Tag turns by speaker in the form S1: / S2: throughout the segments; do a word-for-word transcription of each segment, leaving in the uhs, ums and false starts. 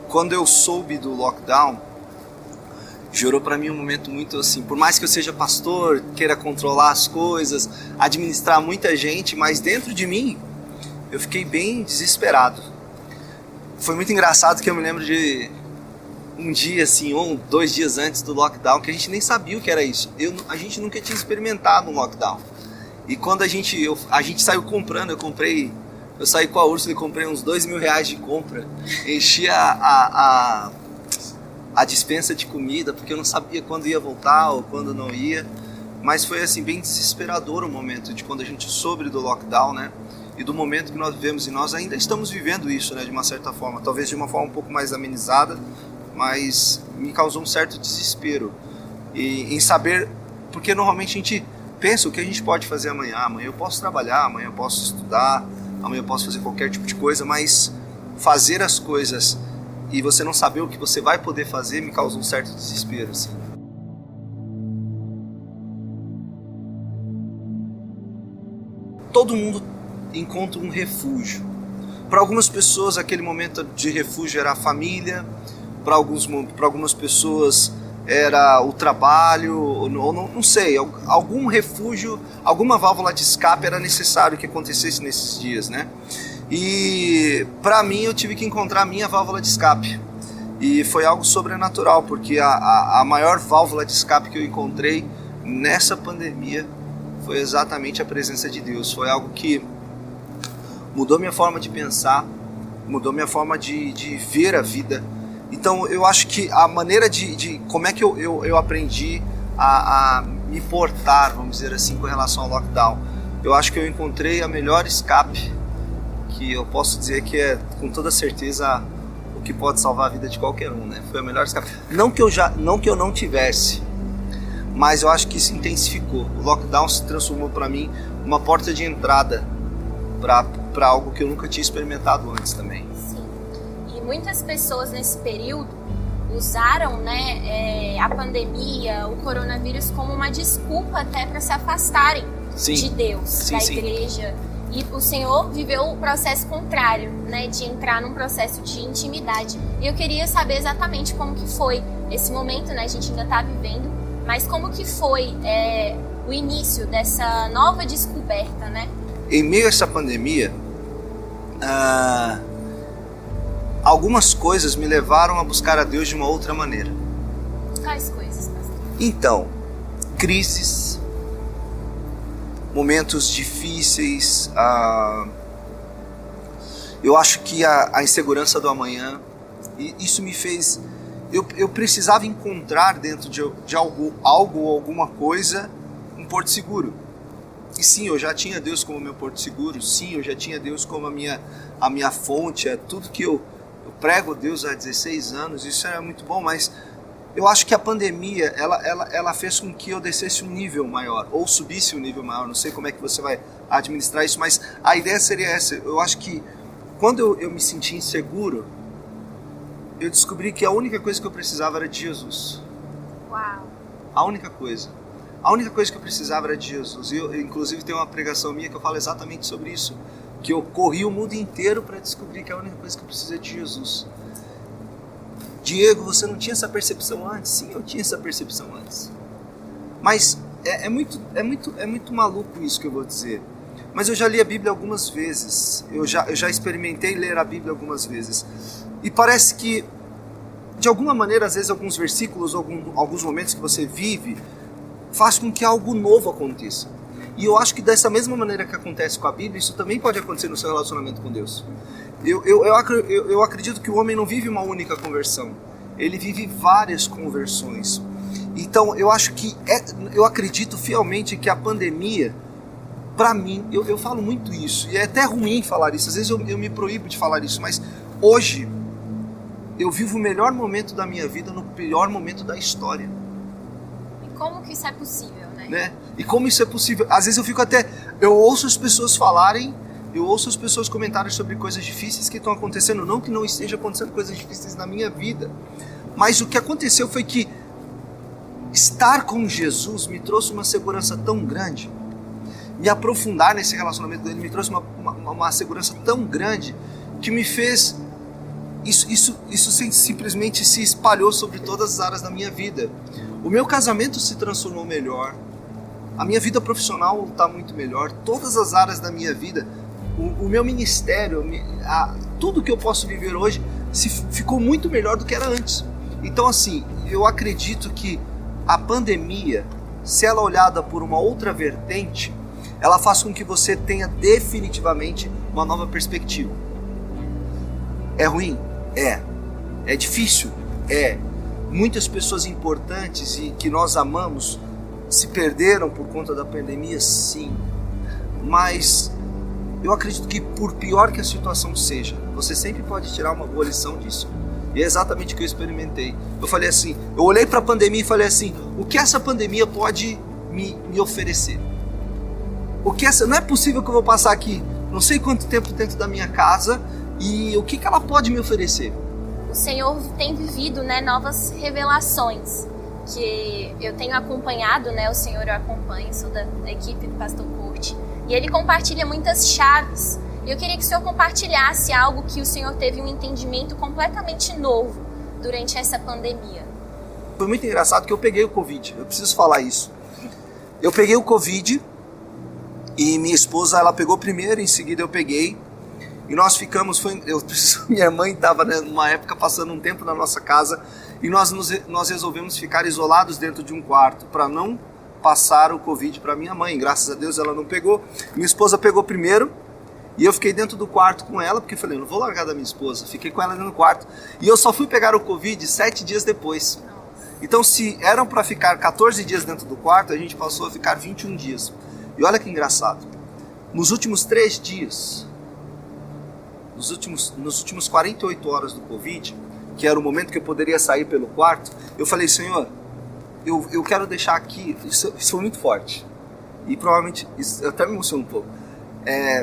S1: quando eu soube do lockdown, gerou para mim um momento muito assim, por mais que eu seja pastor, queira controlar as coisas, administrar muita gente, mas dentro de mim, eu fiquei bem desesperado. Foi muito engraçado que eu me lembro de um dia assim, ou dois dias antes do lockdown, que a gente nem sabia o que era isso. Eu, a gente nunca tinha experimentado um lockdown. E quando a gente, eu, a gente saiu comprando, eu comprei, eu saí com a Úrsula e comprei uns dois mil reais de compra. Enchi a, a, a, a dispensa de comida, porque eu não sabia quando ia voltar ou quando não ia. Mas foi assim, bem desesperador o momento de quando a gente soube do lockdown, né? E do momento que nós vivemos, e nós ainda estamos vivendo isso, né, de uma certa forma, talvez de uma forma um pouco mais amenizada, mas me causou um certo desespero e, em saber, porque normalmente a gente pensa o que a gente pode fazer amanhã, amanhã eu posso trabalhar, amanhã eu posso estudar, amanhã eu posso fazer qualquer tipo de coisa, mas fazer as coisas e você não saber o que você vai poder fazer me causou um certo desespero, assim. Todo mundo encontra um refúgio. Para algumas pessoas aquele momento de refúgio era a família, para alguns, para algumas pessoas era o trabalho, ou não, não sei, algum refúgio, alguma válvula de escape era necessário que acontecesse nesses dias, né? E para mim eu tive que encontrar a minha válvula de escape. E foi algo sobrenatural, porque a, a, a maior válvula de escape que eu encontrei nessa pandemia foi exatamente a presença de Deus. Foi algo que mudou minha forma de pensar, mudou minha forma de, de ver a vida. Então eu acho que a maneira de, de como é que eu, eu, eu aprendi a, a me portar, vamos dizer assim, com relação ao lockdown, eu acho que eu encontrei a melhor escape, que eu posso dizer que é com toda certeza o que pode salvar a vida de qualquer um, né? Foi a melhor escape. Não que eu, já, não, que eu não tivesse, mas eu acho que isso intensificou. O lockdown se transformou para mim uma porta de entrada para algo que eu nunca tinha experimentado antes também.
S2: Sim. E muitas pessoas nesse período usaram, né, é, a pandemia, o coronavírus como uma desculpa até para se afastarem sim. de Deus, sim, da sim. igreja. E o Senhor viveu o processo contrário, né, de entrar num processo de intimidade. E eu queria saber exatamente como que foi esse momento, né, a gente ainda está vivendo, mas como que foi é, o início dessa nova descoberta, né?
S1: Em meio a essa pandemia, ah, algumas coisas me levaram a buscar a Deus de uma outra maneira.
S2: Quais coisas, pastor?
S1: Então, crises, momentos difíceis, ah, eu acho que a, a insegurança do amanhã, e isso me fez... Eu, eu precisava encontrar dentro de, de algo, algo ou alguma coisa um porto seguro. E sim, eu já tinha Deus como meu porto seguro, sim, eu já tinha Deus como a minha, a minha fonte, é tudo que eu, eu prego Deus há dezesseis anos, isso era muito bom, mas eu acho que a pandemia, ela, ela, ela fez com que eu descesse um nível maior, ou subisse um nível maior, não sei como é que você vai administrar isso, mas a ideia seria essa. Eu acho que quando eu, eu me senti inseguro, eu descobri que a única coisa que eu precisava era de Jesus.
S2: Uau!
S1: A única coisa. A única coisa que eu precisava era de Jesus. Eu, inclusive, tem uma pregação minha que eu falo exatamente sobre isso. Que eu corri o mundo inteiro para descobrir que a única coisa que eu preciso é de Jesus. Diego, você não tinha essa percepção antes? Sim, eu tinha essa percepção antes. Mas é, é, muito, é, muito, é muito maluco isso que eu vou dizer. Mas eu já li a Bíblia algumas vezes. Eu já, eu já experimentei ler a Bíblia algumas vezes. E parece que, de alguma maneira, às vezes alguns versículos, algum, alguns momentos que você vive, faz com que algo novo aconteça. E eu acho que dessa mesma maneira que acontece com a Bíblia, isso também pode acontecer no seu relacionamento com Deus. Eu, eu, eu, eu acredito que o homem não vive uma única conversão. Ele vive várias conversões. Então eu acho que, é, eu acredito fielmente que a pandemia, para mim, eu, eu falo muito isso, e é até ruim falar isso, às vezes eu, eu me proíbo de falar isso, mas hoje eu vivo o melhor momento da minha vida no pior momento da história.
S2: Como que isso é possível, né?
S1: né? E como isso é possível? Às vezes eu fico até... Eu ouço as pessoas falarem, eu ouço as pessoas comentarem sobre coisas difíceis que estão acontecendo. Não que não esteja acontecendo coisas difíceis na minha vida. Mas o que aconteceu foi que estar com Jesus me trouxe uma segurança tão grande. Me aprofundar nesse relacionamento dele me trouxe uma, uma, uma segurança tão grande que me fez isso, isso, isso simplesmente se espalhou sobre todas as áreas da minha vida. O meu casamento se transformou melhor, a minha vida profissional está muito melhor, todas as áreas da minha vida, o, o meu ministério, a, tudo que eu posso viver hoje se, ficou muito melhor do que era antes. Então assim, eu acredito que a pandemia, se ela é olhada por uma outra vertente, ela faz com que você tenha definitivamente uma nova perspectiva. É ruim? É. É difícil? É. Muitas pessoas importantes e que nós amamos se perderam por conta da pandemia? Sim. Mas eu acredito que por pior que a situação seja, você sempre pode tirar uma boa lição disso. E é exatamente o que eu experimentei. Eu falei assim, eu olhei para a pandemia e falei assim, o que essa pandemia pode me, me oferecer? O que essa, não é possível que eu vou passar aqui não sei quanto tempo dentro da minha casa e o que, que ela pode me oferecer?
S2: O Senhor tem vivido, né, novas revelações que eu tenho acompanhado, né, o Senhor eu acompanho, sou da, da equipe do Pastor Curt, e ele compartilha muitas chaves. E eu queria que o Senhor compartilhasse algo que o Senhor teve um entendimento completamente novo durante essa pandemia.
S1: Foi muito engraçado que eu peguei o Covid, eu preciso falar isso. Eu peguei o Covid e minha esposa, ela pegou primeiro, em seguida eu peguei. E nós ficamos, foi, eu, minha mãe estava, né, numa época passando um tempo na nossa casa e nós, nos, nós resolvemos ficar isolados dentro de um quarto para não passar o Covid para minha mãe. Graças a Deus ela não pegou. Minha esposa pegou primeiro e eu fiquei dentro do quarto com ela, porque eu falei, não vou largar da minha esposa. Fiquei com ela dentro do quarto. E eu só fui pegar o Covid sete dias depois. Então se eram para ficar quatorze dias dentro do quarto, a gente passou a ficar vinte e um dias. E olha que engraçado, nos últimos três dias, nos últimos, nos últimos quarenta e oito horas do Covid, que era o momento que eu poderia sair pelo quarto, eu falei, Senhor, eu, eu quero deixar aqui, isso, isso foi muito forte, e provavelmente, isso, eu até me emociono um pouco, é,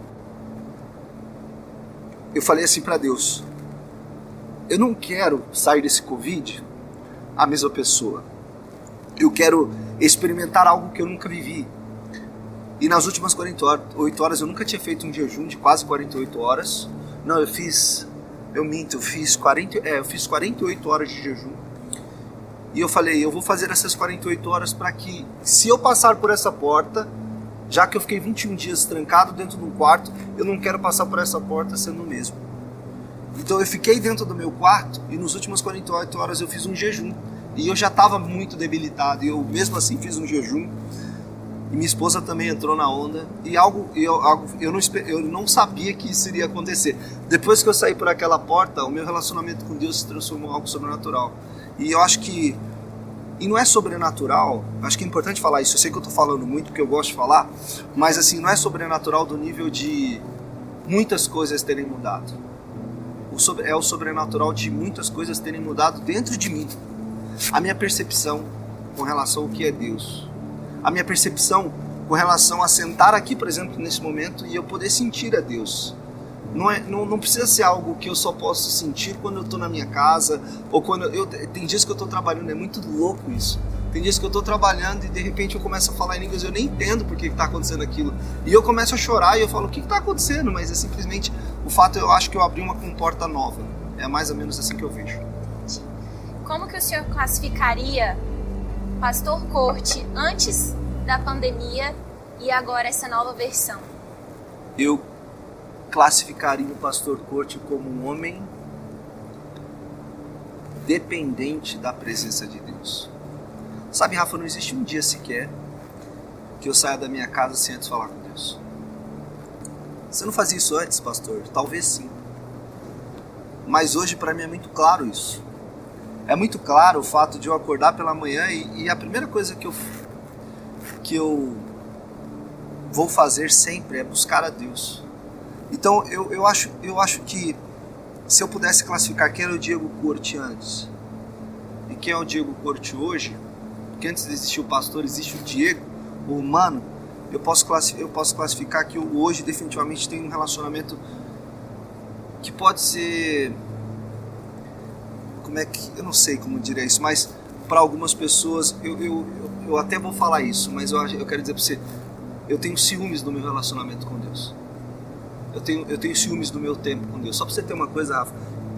S1: eu falei assim para Deus, eu não quero sair desse Covid a mesma pessoa, eu quero experimentar algo que eu nunca vivi. E nas últimas quarenta e oito horas, eu nunca tinha feito um jejum de quase quarenta e oito horas. Não, eu fiz, eu minto, eu fiz, quarenta, é, eu fiz quarenta e oito horas de jejum. E eu falei, eu vou fazer essas quarenta e oito horas para que, se eu passar por essa porta, já que eu fiquei vinte e um dias trancado dentro de um quarto, eu não quero passar por essa porta sendo o mesmo. Então eu fiquei dentro do meu quarto e nas últimas quarenta e oito horas eu fiz um jejum. E eu já estava muito debilitado e eu mesmo assim fiz um jejum. E minha esposa também entrou na onda. E algo, eu, algo eu, não, eu não sabia que isso iria acontecer. Depois que eu saí por aquela porta, o meu relacionamento com Deus se transformou em algo sobrenatural. E eu acho que... E não é sobrenatural, acho que é importante falar isso. Eu sei que eu estou falando muito porque eu gosto de falar. Mas assim, não é sobrenatural do nível de muitas coisas terem mudado. O sobre, é o sobrenatural de muitas coisas terem mudado dentro de mim. A minha percepção com relação ao que é Deus. A minha percepção com relação a sentar aqui, por exemplo, nesse momento e eu poder sentir a Deus. Não, é, não, não precisa ser algo que eu só posso sentir quando eu estou na minha casa ou quando eu... Tem dias que eu estou trabalhando, é muito louco isso. Tem dias que eu estou trabalhando e de repente eu começo a falar em línguas e eu nem entendo por que está acontecendo aquilo. E eu começo a chorar e eu falo, o que está acontecendo? Mas é simplesmente o fato, eu acho que eu abri uma comporta nova. É mais ou menos assim que eu vejo.
S2: Como que o senhor classificaria Pastor Curt antes da pandemia e agora essa nova versão?
S1: Eu classificaria o Pastor Curt como um homem dependente da presença de Deus. Sabe, Rafa, não existe um dia sequer que eu saia da minha casa sem antes falar com Deus. Você não fazia isso antes, pastor? Talvez sim. Mas hoje para mim é muito claro isso. É muito claro o fato de eu acordar pela manhã e, e a primeira coisa que eu, que eu vou fazer sempre é buscar a Deus. Então eu, eu, acho, eu acho que se eu pudesse classificar quem era o Diego Curt antes e quem é o Diego Curt hoje, porque antes de existir o pastor existe o Diego, o humano, eu posso, eu posso classificar que eu hoje definitivamente tenho um relacionamento que pode ser... Como é que, eu não sei como diria isso, mas para algumas pessoas, eu, eu, eu até vou falar isso, mas eu, eu quero dizer para você, eu tenho ciúmes do meu relacionamento com Deus. Eu tenho, eu tenho ciúmes do meu tempo com Deus. Só para você ter uma coisa, Rafa,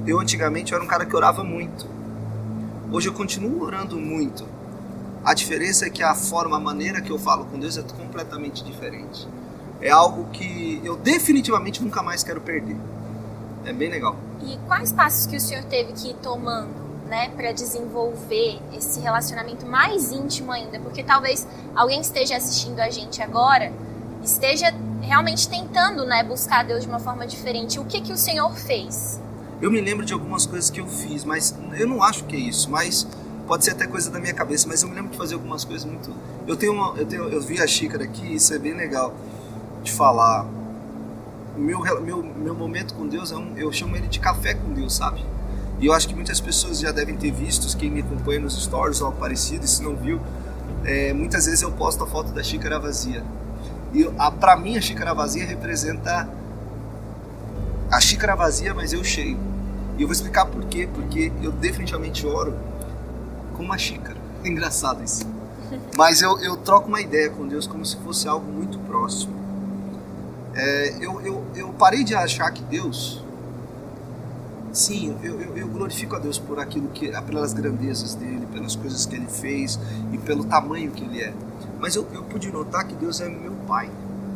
S1: eu antigamente eu era um cara que orava muito. Hoje eu continuo orando muito. A diferença é que a forma, a maneira que eu falo com Deus é completamente diferente. É algo que eu definitivamente nunca mais quero perder. É bem legal.
S2: E quais passos que o senhor teve que ir tomando, né, para desenvolver esse relacionamento mais íntimo ainda? Porque talvez alguém que esteja assistindo a gente agora esteja realmente tentando, né, buscar Deus de uma forma diferente. O que que o senhor fez?
S1: Eu me lembro de algumas coisas que eu fiz, mas eu não acho que é isso, mas pode ser até coisa da minha cabeça, mas eu me lembro de fazer algumas coisas muito... Eu tenho uma, eu, tenho, eu vi a xícara aqui, isso é bem legal de falar. Meu, meu, meu momento com Deus, é um, eu chamo ele de café com Deus, sabe? E eu acho que muitas pessoas já devem ter visto, quem me acompanha nos stories ou algo parecido, e se não viu, é, muitas vezes eu posto a foto da xícara vazia. E a, pra mim a xícara vazia representa a xícara vazia, mas eu cheio. E eu vou explicar por quê, porque eu definitivamente oro com uma xícara. É engraçado isso. Mas eu, eu troco uma ideia com Deus como se fosse algo muito próximo. É, eu, eu, eu parei de achar que Deus... Sim, eu, eu, eu glorifico a Deus por aquilo que, pelas grandezas dele, pelas coisas que ele fez e pelo tamanho que ele é. Mas eu, eu pude notar que Deus é meu pai.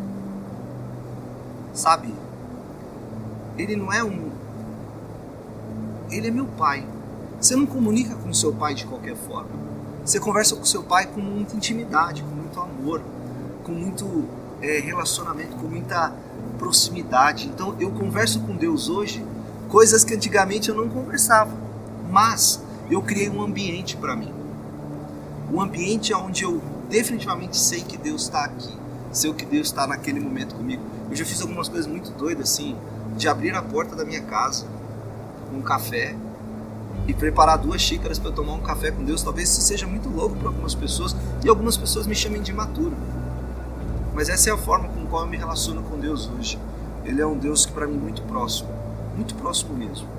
S1: Sabe? Ele não é um... Ele é meu pai. Você não comunica com seu pai de qualquer forma. Você conversa com seu pai com muita intimidade, com muito amor, com muito é, relacionamento, com muita proximidade. Então eu converso com Deus hoje coisas que antigamente eu não conversava. Mas eu criei um ambiente para mim. Um ambiente onde eu definitivamente sei que Deus está aqui. Sei que Deus está naquele momento comigo. Eu já fiz algumas coisas muito doidas assim, de abrir a porta da minha casa com um café e preparar duas xícaras para eu tomar um café com Deus. Talvez isso seja muito louco para algumas pessoas e algumas pessoas me chamem de imaturo. Mas essa é a forma com a qual eu me relaciono com Deus hoje. Ele é um Deus que para mim é muito próximo, muito próximo mesmo.